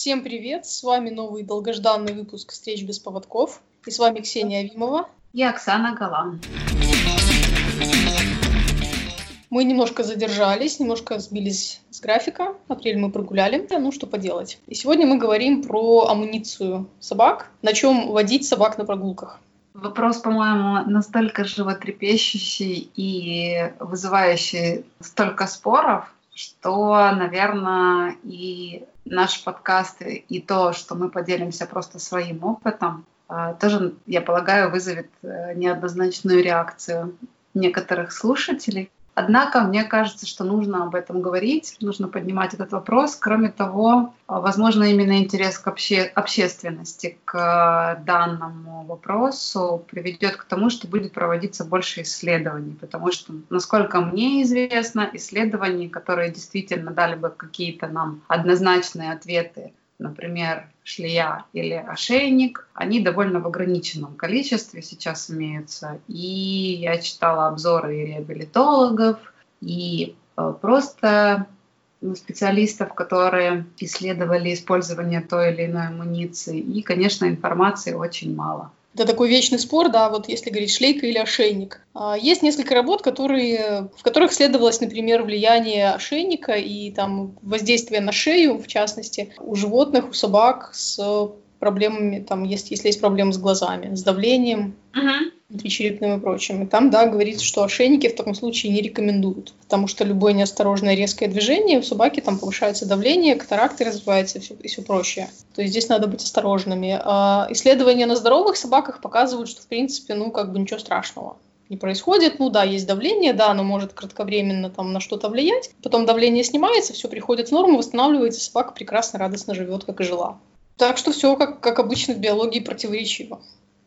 Всем привет! С вами новый долгожданный выпуск «Встреч без поводков». И с вами Ксения Авимова. И Оксана Галан. Мы немножко задержались, немножко сбились с графика. Апрель мы прогуляли, ну что поделать. И сегодня мы говорим про амуницию собак, на чем водить собак на прогулках. Вопрос, по-моему, настолько животрепещущий и вызывающий столько споров, что, наверное, и наш подкаст, и то, что мы поделимся просто своим опытом, тоже, я полагаю, вызовет неоднозначную реакцию некоторых слушателей. Однако, мне кажется, что нужно об этом говорить, нужно поднимать этот вопрос. Кроме того, возможно, именно интерес к общественности к данному вопросу приведет к тому, что будет проводиться больше исследований, потому что, насколько мне известно, исследований, которые действительно дали бы какие-то нам однозначные ответы, например, шлея или ошейник, они довольно в ограниченном количестве сейчас имеются. И я читала обзоры и реабилитологов, и просто специалистов, которые исследовали использование той или иной амуниции. И, конечно, информации очень мало. Это такой вечный спор, да, вот если говорить шлейка или ошейник. Есть несколько работ, в которых исследовалось, например, влияние ошейника и там воздействие на шею, в частности, у животных, у собак с проблемами, там, если есть проблемы с глазами, с давлением, внутричерепным и прочим. И там, да, говорится, что ошейники в таком случае не рекомендуют, потому что любое неосторожное резкое движение, у собаки там повышается давление, катаракты развиваются и все прочее. То есть здесь надо быть осторожными. Исследования на здоровых собаках показывают, что, в принципе, ничего страшного не происходит. Ну да, есть давление, да, оно может кратковременно там на что-то влиять, потом давление снимается, все приходит в норму, восстанавливается, собака прекрасно, радостно живет, как и жила. Так что все, как обычно, в биологии противоречиво.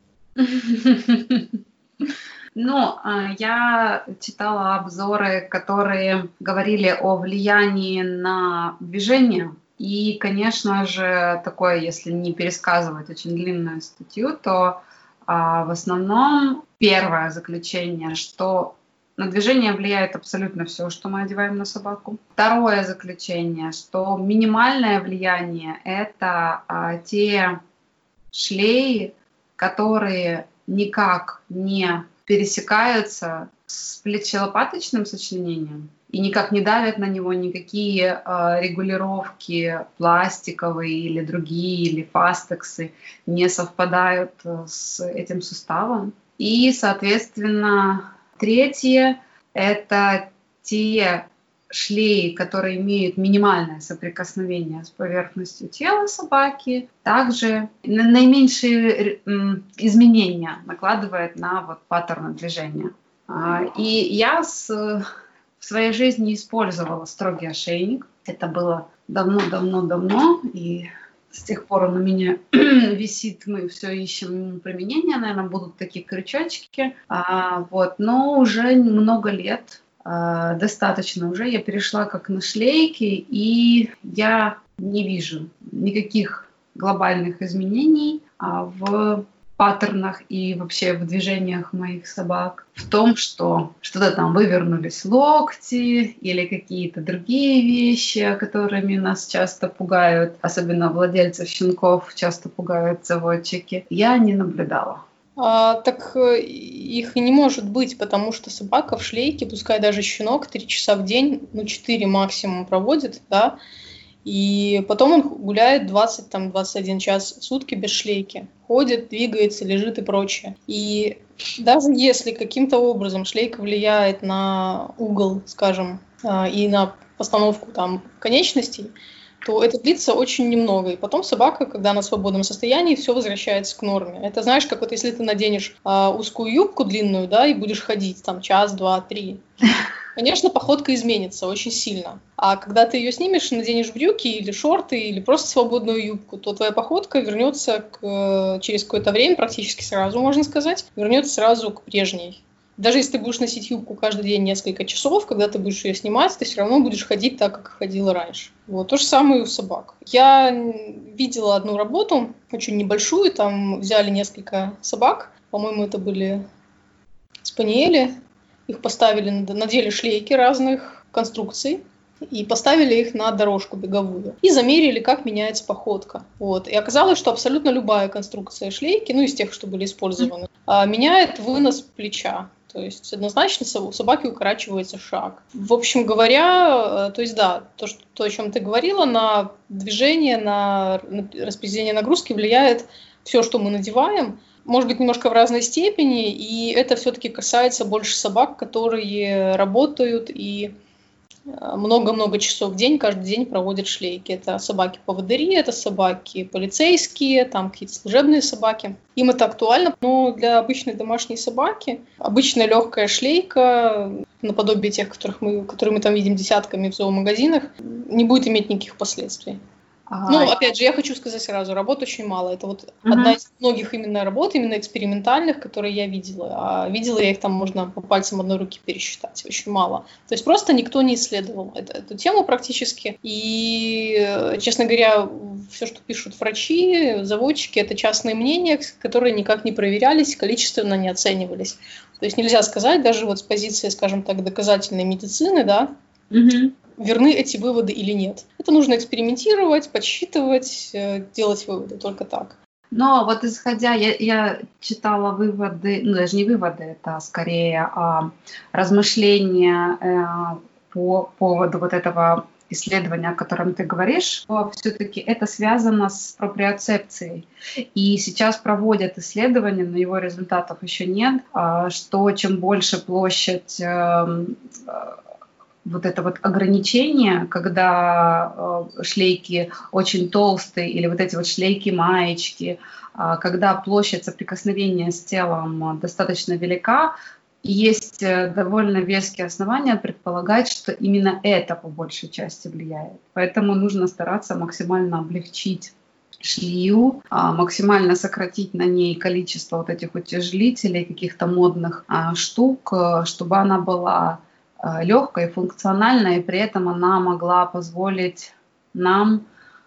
Я читала обзоры, которые говорили о влиянии на движение. И, конечно же, такое, если не пересказывать очень длинную статью, то в основном первое заключение, что на движение влияет абсолютно все, что мы одеваем на собаку. Второе заключение, что минимальное влияние – это те шлеи, которые никак не пересекаются с плечелопаточным сочленением и никак не давят на него никакие регулировки пластиковые или другие, или фастексы не совпадают с этим суставом. И, соответственно, третье – это те шлеи, которые имеют минимальное соприкосновение с поверхностью тела собаки, также наименьшие изменения накладывает на паттерн движения. И я в своей жизни использовала строгий ошейник. Это было давно, и с тех пор он у меня висит, мы все ищем ему применения, наверное, будут такие крючочки. Но уже много лет, достаточно уже, я перешла как на шлейки, и я не вижу никаких глобальных изменений в паттернах и вообще в движениях моих собак. В том, что что-то там вывернулись локти или какие-то другие вещи, которыми нас часто пугают, особенно владельцев щенков часто пугают заводчики, я не наблюдала. Так их и не может быть, потому что собака в шлейке, пускай даже щенок, 3 часа в день, 4 максимум проводит, да, и потом он гуляет 20-21 час в сутки без шлейки, ходит, двигается, лежит и прочее. И даже если каким-то образом шлейка влияет на угол, скажем, и на постановку там конечностей, то это длится очень немного. И потом собака, когда она в свободном состоянии, все возвращается к норме. Это знаешь, как вот если ты наденешь узкую юбку длинную, да, и будешь ходить там час, 2, 3. Конечно, походка изменится очень сильно. А когда ты ее снимешь, наденешь брюки или шорты, или просто свободную юбку, то твоя походка вернется через какое-то время, практически сразу, можно сказать, вернется сразу к прежней. Даже если ты будешь носить юбку каждый день несколько часов, когда ты будешь ее снимать, ты все равно будешь ходить так, как ходила раньше. То же самое и у собак. Я видела одну работу, очень небольшую, там взяли несколько собак, по-моему, это были спаниели, их поставили, надели шлейки разных конструкций, и поставили их на дорожку беговую. И замерили, как меняется походка. Вот. И оказалось, что абсолютно любая конструкция шлейки, из тех, что были использованы, меняет вынос плеча. То есть однозначно у собаки укорачивается шаг. В общем говоря, то есть да, то, о чем ты говорила, на движение, на распределение нагрузки влияет все, что мы надеваем. Может быть, немножко в разной степени, и это все-таки касается больше собак, которые работают и много-много часов в день, каждый день проводят шлейки. Это собаки-поводыри, это собаки полицейские, там какие-то служебные собаки. Им это актуально, но для обычной домашней собаки обычная легкая шлейка, наподобие тех, которые мы там видим десятками в зоомагазинах, не будет иметь никаких последствий. Опять же, я хочу сказать сразу, работ очень мало. Это вот одна из многих именно работ, именно экспериментальных, которые я видела. А видела я их там, можно по пальцам одной руки пересчитать, очень мало. То есть просто никто не исследовал эту тему практически. И, честно говоря, все, что пишут врачи, заводчики, это частные мнения, которые никак не проверялись, количественно не оценивались. То есть нельзя сказать, даже вот с позиции, скажем так, доказательной медицины, да, верны эти выводы или нет. Это нужно экспериментировать, подсчитывать, делать выводы, только так. Но вот исходя, я читала выводы, даже не выводы, это скорее размышления по поводу вот этого исследования, о котором ты говоришь, все-таки это связано с проприоцепцией. И сейчас проводят исследования, но его результатов еще нет, что чем больше площадь вот это вот ограничение, когда шлейки очень толстые или вот эти вот шлейки-маечки, когда площадь соприкосновения с телом достаточно велика, есть довольно веские основания предполагать, что именно это по большей части влияет. Поэтому нужно стараться максимально облегчить шлею, максимально сократить на ней количество вот этих утяжелителей, каких-то модных штук, чтобы она была легкой, функциональной, и при этом она могла позволить нам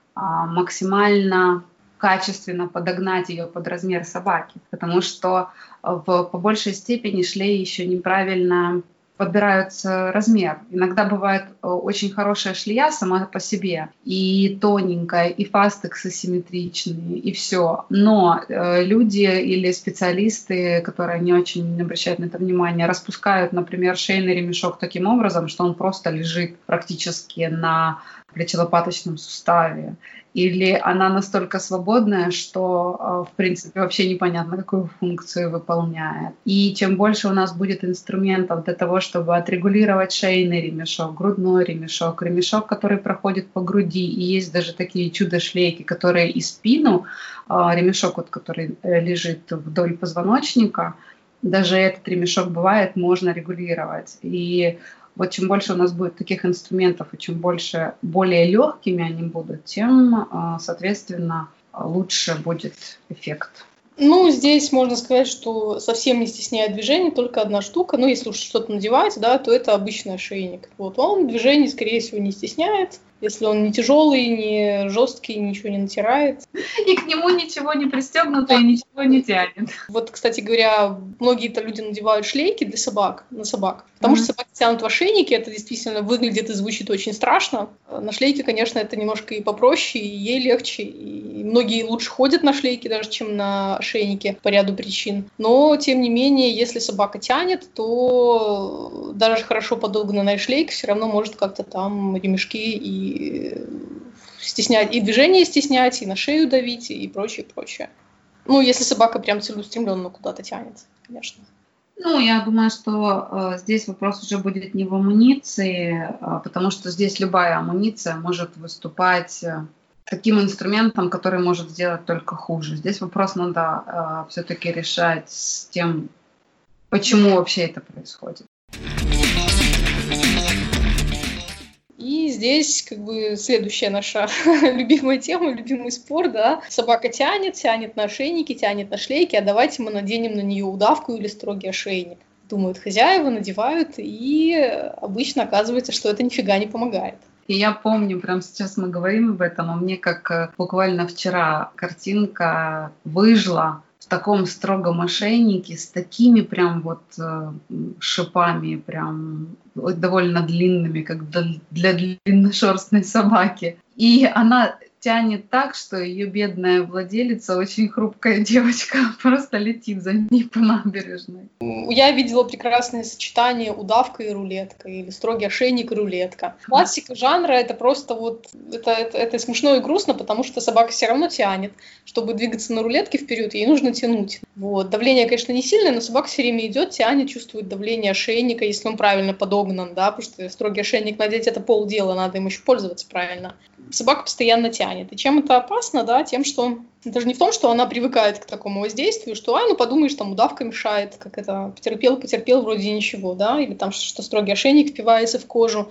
максимально качественно подогнать ее под размер собаки, потому что по большей степени шлеи еще неправильно подбираются размер. Иногда бывает очень хорошая шлея сама по себе, и тоненькая, и фастексы симметричные, и все. Но люди или специалисты, которые не очень обращают на это внимание, распускают, например, шейный ремешок таким образом, что он просто лежит практически на плечелопаточном суставе. Или она настолько свободная, что, в принципе, вообще непонятно, какую функцию выполняет. И чем больше у нас будет инструментов для того, чтобы отрегулировать шейный ремешок, грудной ремешок, ремешок, который проходит по груди, и есть даже такие чудо-шлейки, которые и спину, ремешок, вот, который лежит вдоль позвоночника, даже этот ремешок бывает, можно регулировать. И вот чем больше у нас будет таких инструментов, и чем более легкими они будут, тем, соответственно, лучше будет эффект. Здесь можно сказать, что совсем не стесняет движение, только одна штука. Если уж что-то надевать, да, то это обычный ошейник. Вот он движение, скорее всего, не стесняет. Если он не тяжелый, не жесткий, ничего не натирает. И к нему ничего не пристегнуто и ничего не тянет. Вот, кстати говоря, многие-то люди надевают шлейки на собак, потому что собаки тянут в ошейнике, это действительно выглядит и звучит очень страшно. На шлейке, конечно, это немножко и попроще, и ей легче, и многие лучше ходят на шлейке даже, чем на ошейнике по ряду причин. Но, тем не менее, если собака тянет, то даже хорошо подогнанная шлейка все равно может как-то там ремешки и стеснять, и движение стеснять, и на шею давить, и прочее, прочее. Если собака прям целеустремленно куда-то тянет, конечно. Я думаю, что здесь вопрос уже будет не в амуниции, потому что здесь любая амуниция может выступать таким инструментом, который может сделать только хуже. Здесь вопрос надо все-таки решать с тем, почему вообще это происходит. И здесь следующая наша любимая тема, любимый спор, да. Собака тянет на ошейнике, тянет на шлейке, а давайте мы наденем на нее удавку или строгий ошейник. Думают хозяева, надевают, и обычно оказывается, что это нифига не помогает. И я помню, прямо сейчас мы говорим об этом, а мне как буквально вчера картинка выжила, таком строгом ошейнике, с такими прям вот шипами, прям довольно длинными, как для длинношерстной собаки. И она тянет так, что ее бедная владелица, очень хрупкая девочка, просто летит за ней по набережной. Я видела прекрасное сочетание удавка и рулетка, или строгий ошейник и рулетка. Классика жанра — это просто вот, это смешно и грустно, потому что собака все равно тянет. Чтобы двигаться на рулетке вперед, ей нужно тянуть. Вот. Давление, конечно, не сильное, но собака все время идет, тянет, чувствует давление ошейника, если он правильно подогнан, да, потому что строгий ошейник надеть — это полдела, надо им еще пользоваться правильно. Собака постоянно тянет. И чем это опасно, да, тем, что это же не в том, что она привыкает к такому воздействию, что, ну подумаешь, там удавка мешает, как это, потерпел, вроде ничего, да, или там, что строгий ошейник впивается в кожу.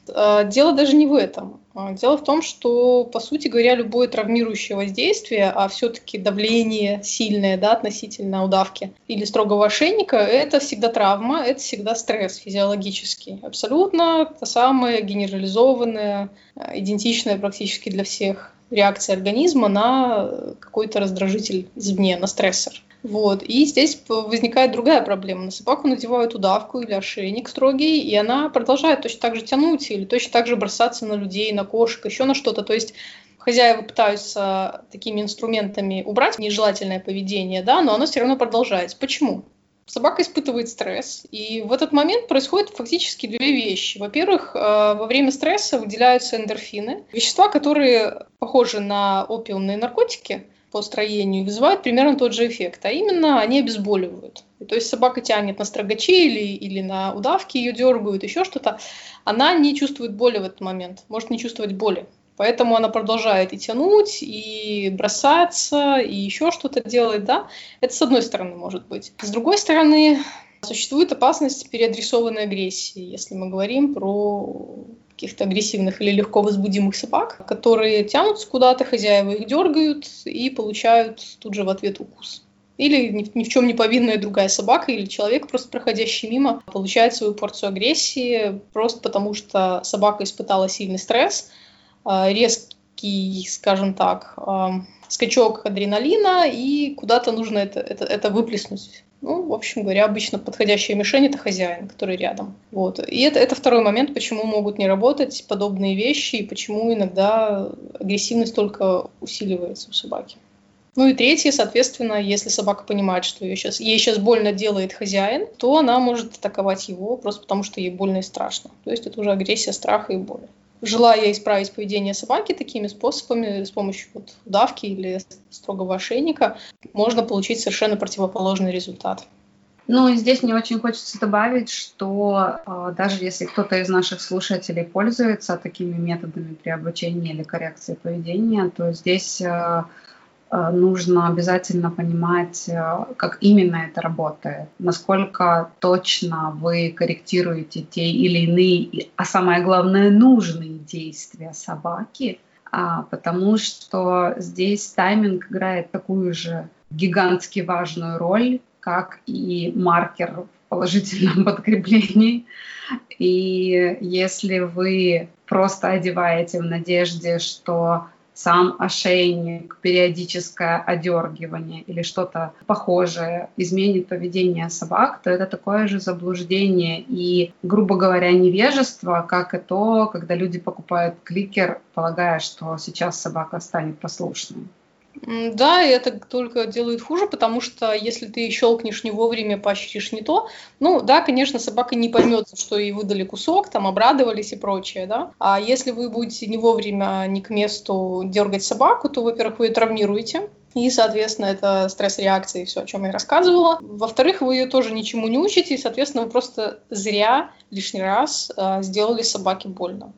Дело даже не в этом. Дело в том, что, по сути говоря, любое травмирующее воздействие, а все-таки давление сильное, да, относительно удавки или строгого ошейника, это всегда травма, это всегда стресс физиологический. Абсолютно та самая генерализованная, идентичная практически для всех реакция организма на какой-то раздражитель извне, на стрессор. Вот. И здесь возникает другая проблема. На собаку надевают удавку или ошейник строгий, и она продолжает точно так же тянуть или точно так же бросаться на людей, на кошек, еще на что-то. То есть хозяева пытаются такими инструментами убрать нежелательное поведение, да, но оно все равно продолжается. Почему? Собака испытывает стресс, и в этот момент происходят фактически две вещи. Во-первых, во время стресса выделяются эндорфины, вещества, которые похожи на опиумные наркотики по строению, вызывают примерно тот же эффект, а именно они обезболивают. То есть собака тянет на строгачи или на удавки, ее дергают, еще что-то, она не чувствует боли в этот момент, может не чувствовать боли. Поэтому она продолжает и тянуть, и бросаться, и еще что-то делать, да. Это с одной стороны может быть. С другой стороны, существует опасность переадресованной агрессии, если мы говорим про каких-то агрессивных или легко возбудимых собак, которые тянутся куда-то, хозяева их дергают и получают тут же в ответ укус. Или ни в чем не повинная другая собака или человек, просто проходящий мимо, получает свою порцию агрессии просто потому, что собака испытала сильный стресс, резкий, скажем так, скачок адреналина, и куда-то нужно это выплеснуть. Ну, в общем говоря, обычно подходящая мишень — это хозяин, который рядом. Вот. И это второй момент, почему могут не работать подобные вещи, и почему иногда агрессивность только усиливается у собаки. Ну и третье, соответственно, если собака понимает, что ей сейчас больно делает хозяин, то она может атаковать его просто потому, что ей больно и страшно. То есть это уже агрессия, страха и боли. Желая исправить поведение собаки такими способами, с помощью удавки или строгого ошейника, можно получить совершенно противоположный результат. Ну и здесь мне очень хочется добавить, что даже если кто-то из наших слушателей пользуется такими методами при обучении или коррекции поведения, то здесь нужно обязательно понимать, как именно это работает, насколько точно вы корректируете те или иные, а самое главное, нужные действия собаки, потому что здесь тайминг играет такую же гигантски важную роль, как и маркер в положительном подкреплении. И если вы просто одеваете в надежде, что сам ошейник, периодическое одергивание или что-то похожее изменит поведение собак, то это такое же заблуждение и, грубо говоря, невежество, как и то, когда люди покупают кликер, полагая, что сейчас собака станет послушной. Да, и это только делает хуже, потому что если ты щелкнешь не вовремя, поощришь не то, ну да, конечно, собака не поймет, что ей выдали кусок, там обрадовались и прочее, да. А если вы будете не вовремя, не к месту дергать собаку, то, во-первых, вы ее травмируете, и, соответственно, это стресс-реакция и все, о чем я рассказывала. Во-вторых, вы ее тоже ничему не учите, и, соответственно, вы просто зря лишний раз сделали собаке больно.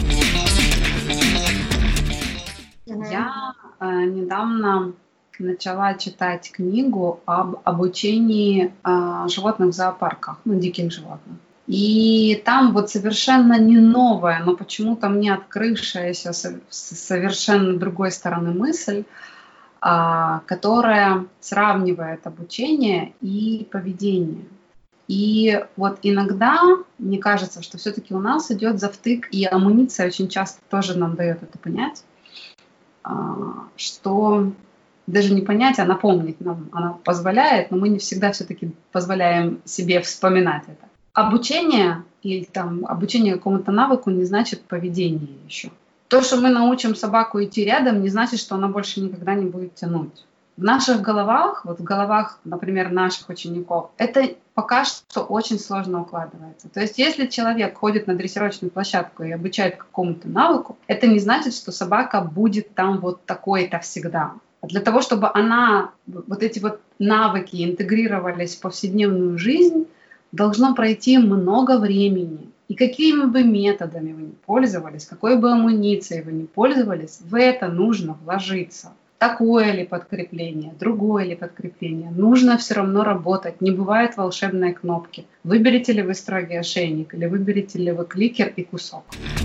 Я недавно начала читать книгу об обучении животных в зоопарках, диких животных. И там вот совершенно не новая, но почему-то мне открывшаяся с совершенно другой стороны мысль, которая сравнивает обучение и поведение. И вот иногда мне кажется, что все-таки у нас идет завтык, и амуниция очень часто тоже нам дает это понять, что даже не понять, а напомнить нам. Она позволяет, но мы не всегда все-таки позволяем себе вспоминать это. Обучение или там обучение какому-то навыку не значит поведение еще. То, что мы научим собаку идти рядом, не значит, что она больше никогда не будет тянуть. В наших головах, вот в головах, например, наших учеников, это пока что очень сложно укладывается. То есть если человек ходит на дрессировочную площадку и обучает какому-то навыку, это не значит, что собака будет там вот такой-то всегда. А для того, чтобы она, вот эти вот навыки интегрировались в повседневную жизнь, должно пройти много времени. И какими бы методами вы ни пользовались, какой бы амуницией вы ни пользовались, в это нужно вложиться. Такое ли подкрепление, другое ли подкрепление. Нужно все равно работать. Не бывает волшебной кнопки. Выберете ли вы строгий ошейник или выберете ли вы кликер и кусок.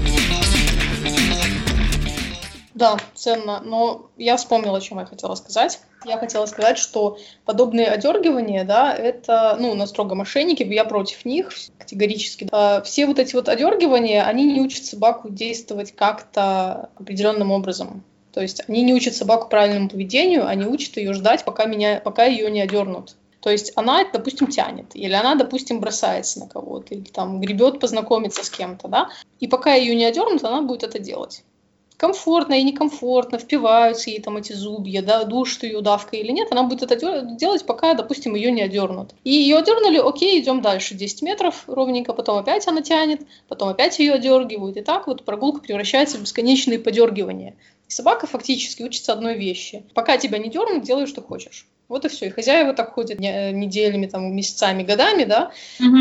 Да, ценно. Но я вспомнила, о чем я хотела сказать. Я хотела сказать, что подобные одергивания, да, это, на строгом ошейнике, я против них категорически. Все вот эти вот одергивания, они не учат собаку действовать как-то определенным образом. То есть они не учат собаку правильному поведению, они учат ее ждать, пока ее не одернут. То есть она, допустим, тянет, или она, допустим, бросается на кого-то, или там гребет познакомиться с кем-то, да, и пока ее не одернут, она будет это делать. Комфортно и некомфортно, впиваются ей там эти зубья, да, душат ее удавкой или нет, она будет это делать, пока, допустим, ее не одернут. И ее одернули, окей, идем дальше, 10 метров ровненько, потом опять она тянет, потом опять ее одергивают, и так вот прогулка превращается в бесконечные подергивания. И собака фактически учится одной вещи. Пока тебя не дернут, делай, что хочешь. Вот и все. И хозяева так ходят неделями, там, месяцами, годами, да,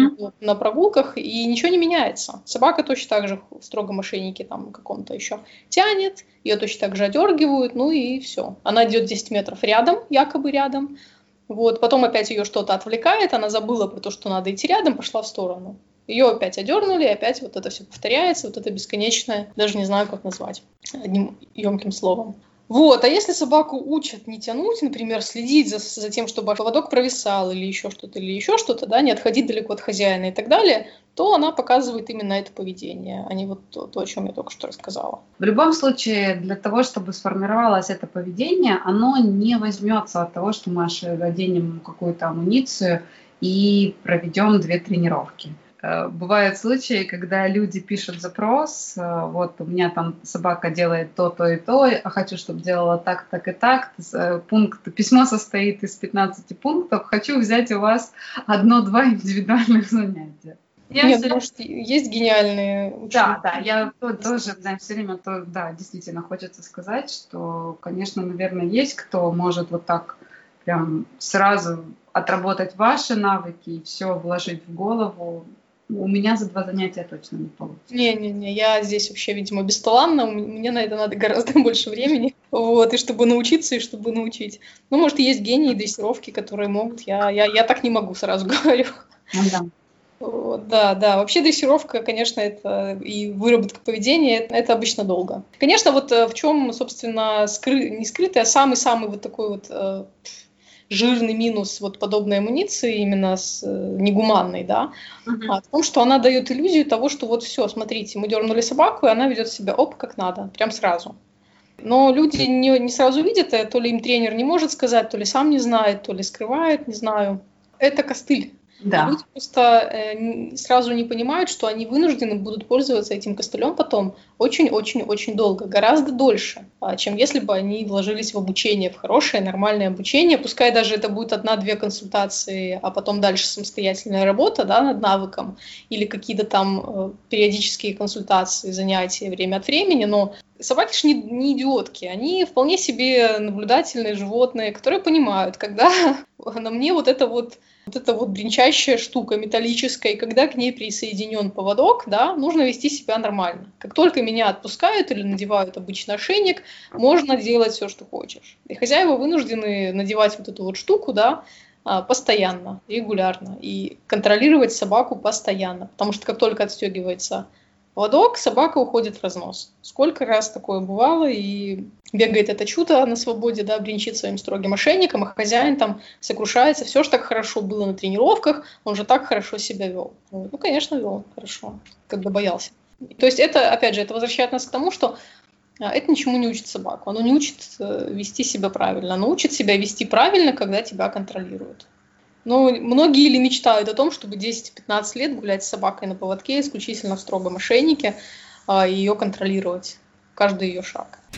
на прогулках, и ничего не меняется. Собака точно так же в строгом ошейнике там каком-то еще тянет, ее точно так же одергивают, и все. Она идет 10 метров рядом, якобы рядом. Вот, потом опять ее что-то отвлекает, она забыла про то, что надо идти рядом, пошла в сторону. Ее опять одернули, опять вот это все повторяется, вот это бесконечное, даже не знаю, как назвать одним емким словом. Вот, а если собаку учат не тянуть, например, следить за тем, чтобы поводок провисал или еще что-то, да, не отходить далеко от хозяина и так далее, то она показывает именно это поведение, а не вот то, о чем я только что рассказала. В любом случае, для того, чтобы сформировалось это поведение, оно не возьмется от того, что мы оденем какую-то амуницию и проведем 2 тренировки. Бывают случаи, когда люди пишут запрос, вот у меня там собака делает то и то, а хочу, чтобы делала так и так. Письмо состоит из 15 пунктов, хочу взять у вас 1-2 индивидуальных занятия. Может, есть гениальные ученики. Да, я тоже, все время, действительно хочется сказать, что, конечно, наверное, есть кто может вот так прям сразу отработать ваши навыки и все вложить в голову. У меня за 2 занятия точно не получится. Не, я здесь вообще, видимо, бесталанна, мне на это надо гораздо больше времени, вот, и чтобы научиться, и чтобы научить. Может, и есть гении дрессировки, которые могут, я так не могу, сразу говорю. Да. Вот, да, вообще дрессировка, конечно, это и выработка поведения, это обычно долго. Конечно, вот в чем, собственно, не скрытый, а самый-самый вот такой вот жирный минус вот подобной амуниции, именно негуманной, да, в том, что она дает иллюзию того, что вот все, смотрите, мы дернули собаку, и она ведет себя как надо, прям сразу. Но люди не сразу видят это, то ли им тренер не может сказать, то ли сам не знает, то ли скрывает, не знаю. Это костыль. Да. Люди просто сразу не понимают, что они вынуждены будут пользоваться этим костылем потом очень-очень-очень долго, гораздо дольше, чем если бы они вложились в обучение, в хорошее, нормальное обучение. Пускай даже это будет 1-2 консультации, а потом дальше самостоятельная работа, да, над навыком, или какие-то там периодические консультации, занятия время от времени, но собаки же не идиотки, они вполне себе наблюдательные животные, которые понимают, когда на мне вот эта вот бренчащая штука металлическая, и когда к ней присоединен поводок, да, нужно вести себя нормально. Как только меня отпускают или надевают обычный ошейник, можно делать все, что хочешь. И хозяева вынуждены надевать вот эту вот штуку, да, постоянно, регулярно, и контролировать собаку постоянно, потому что как только отстегивается поводок, собака уходит в разнос. Сколько раз такое бывало, и бегает это чудо на свободе, да, бренчит своим строгим ошейником, а хозяин там сокрушается, все же так хорошо было на тренировках, он же так хорошо себя вел. Конечно, вел хорошо, когда боялся. То есть это, опять же, это возвращает нас к тому, что Это ничему не учит собаку. Оно не учит вести себя правильно. Оно учит себя вести правильно, когда тебя контролируют. Но многие или мечтают о том, чтобы 10-15 лет гулять с собакой на поводке исключительно в строгом ошейнике, и ее контролировать, каждый ее шаг.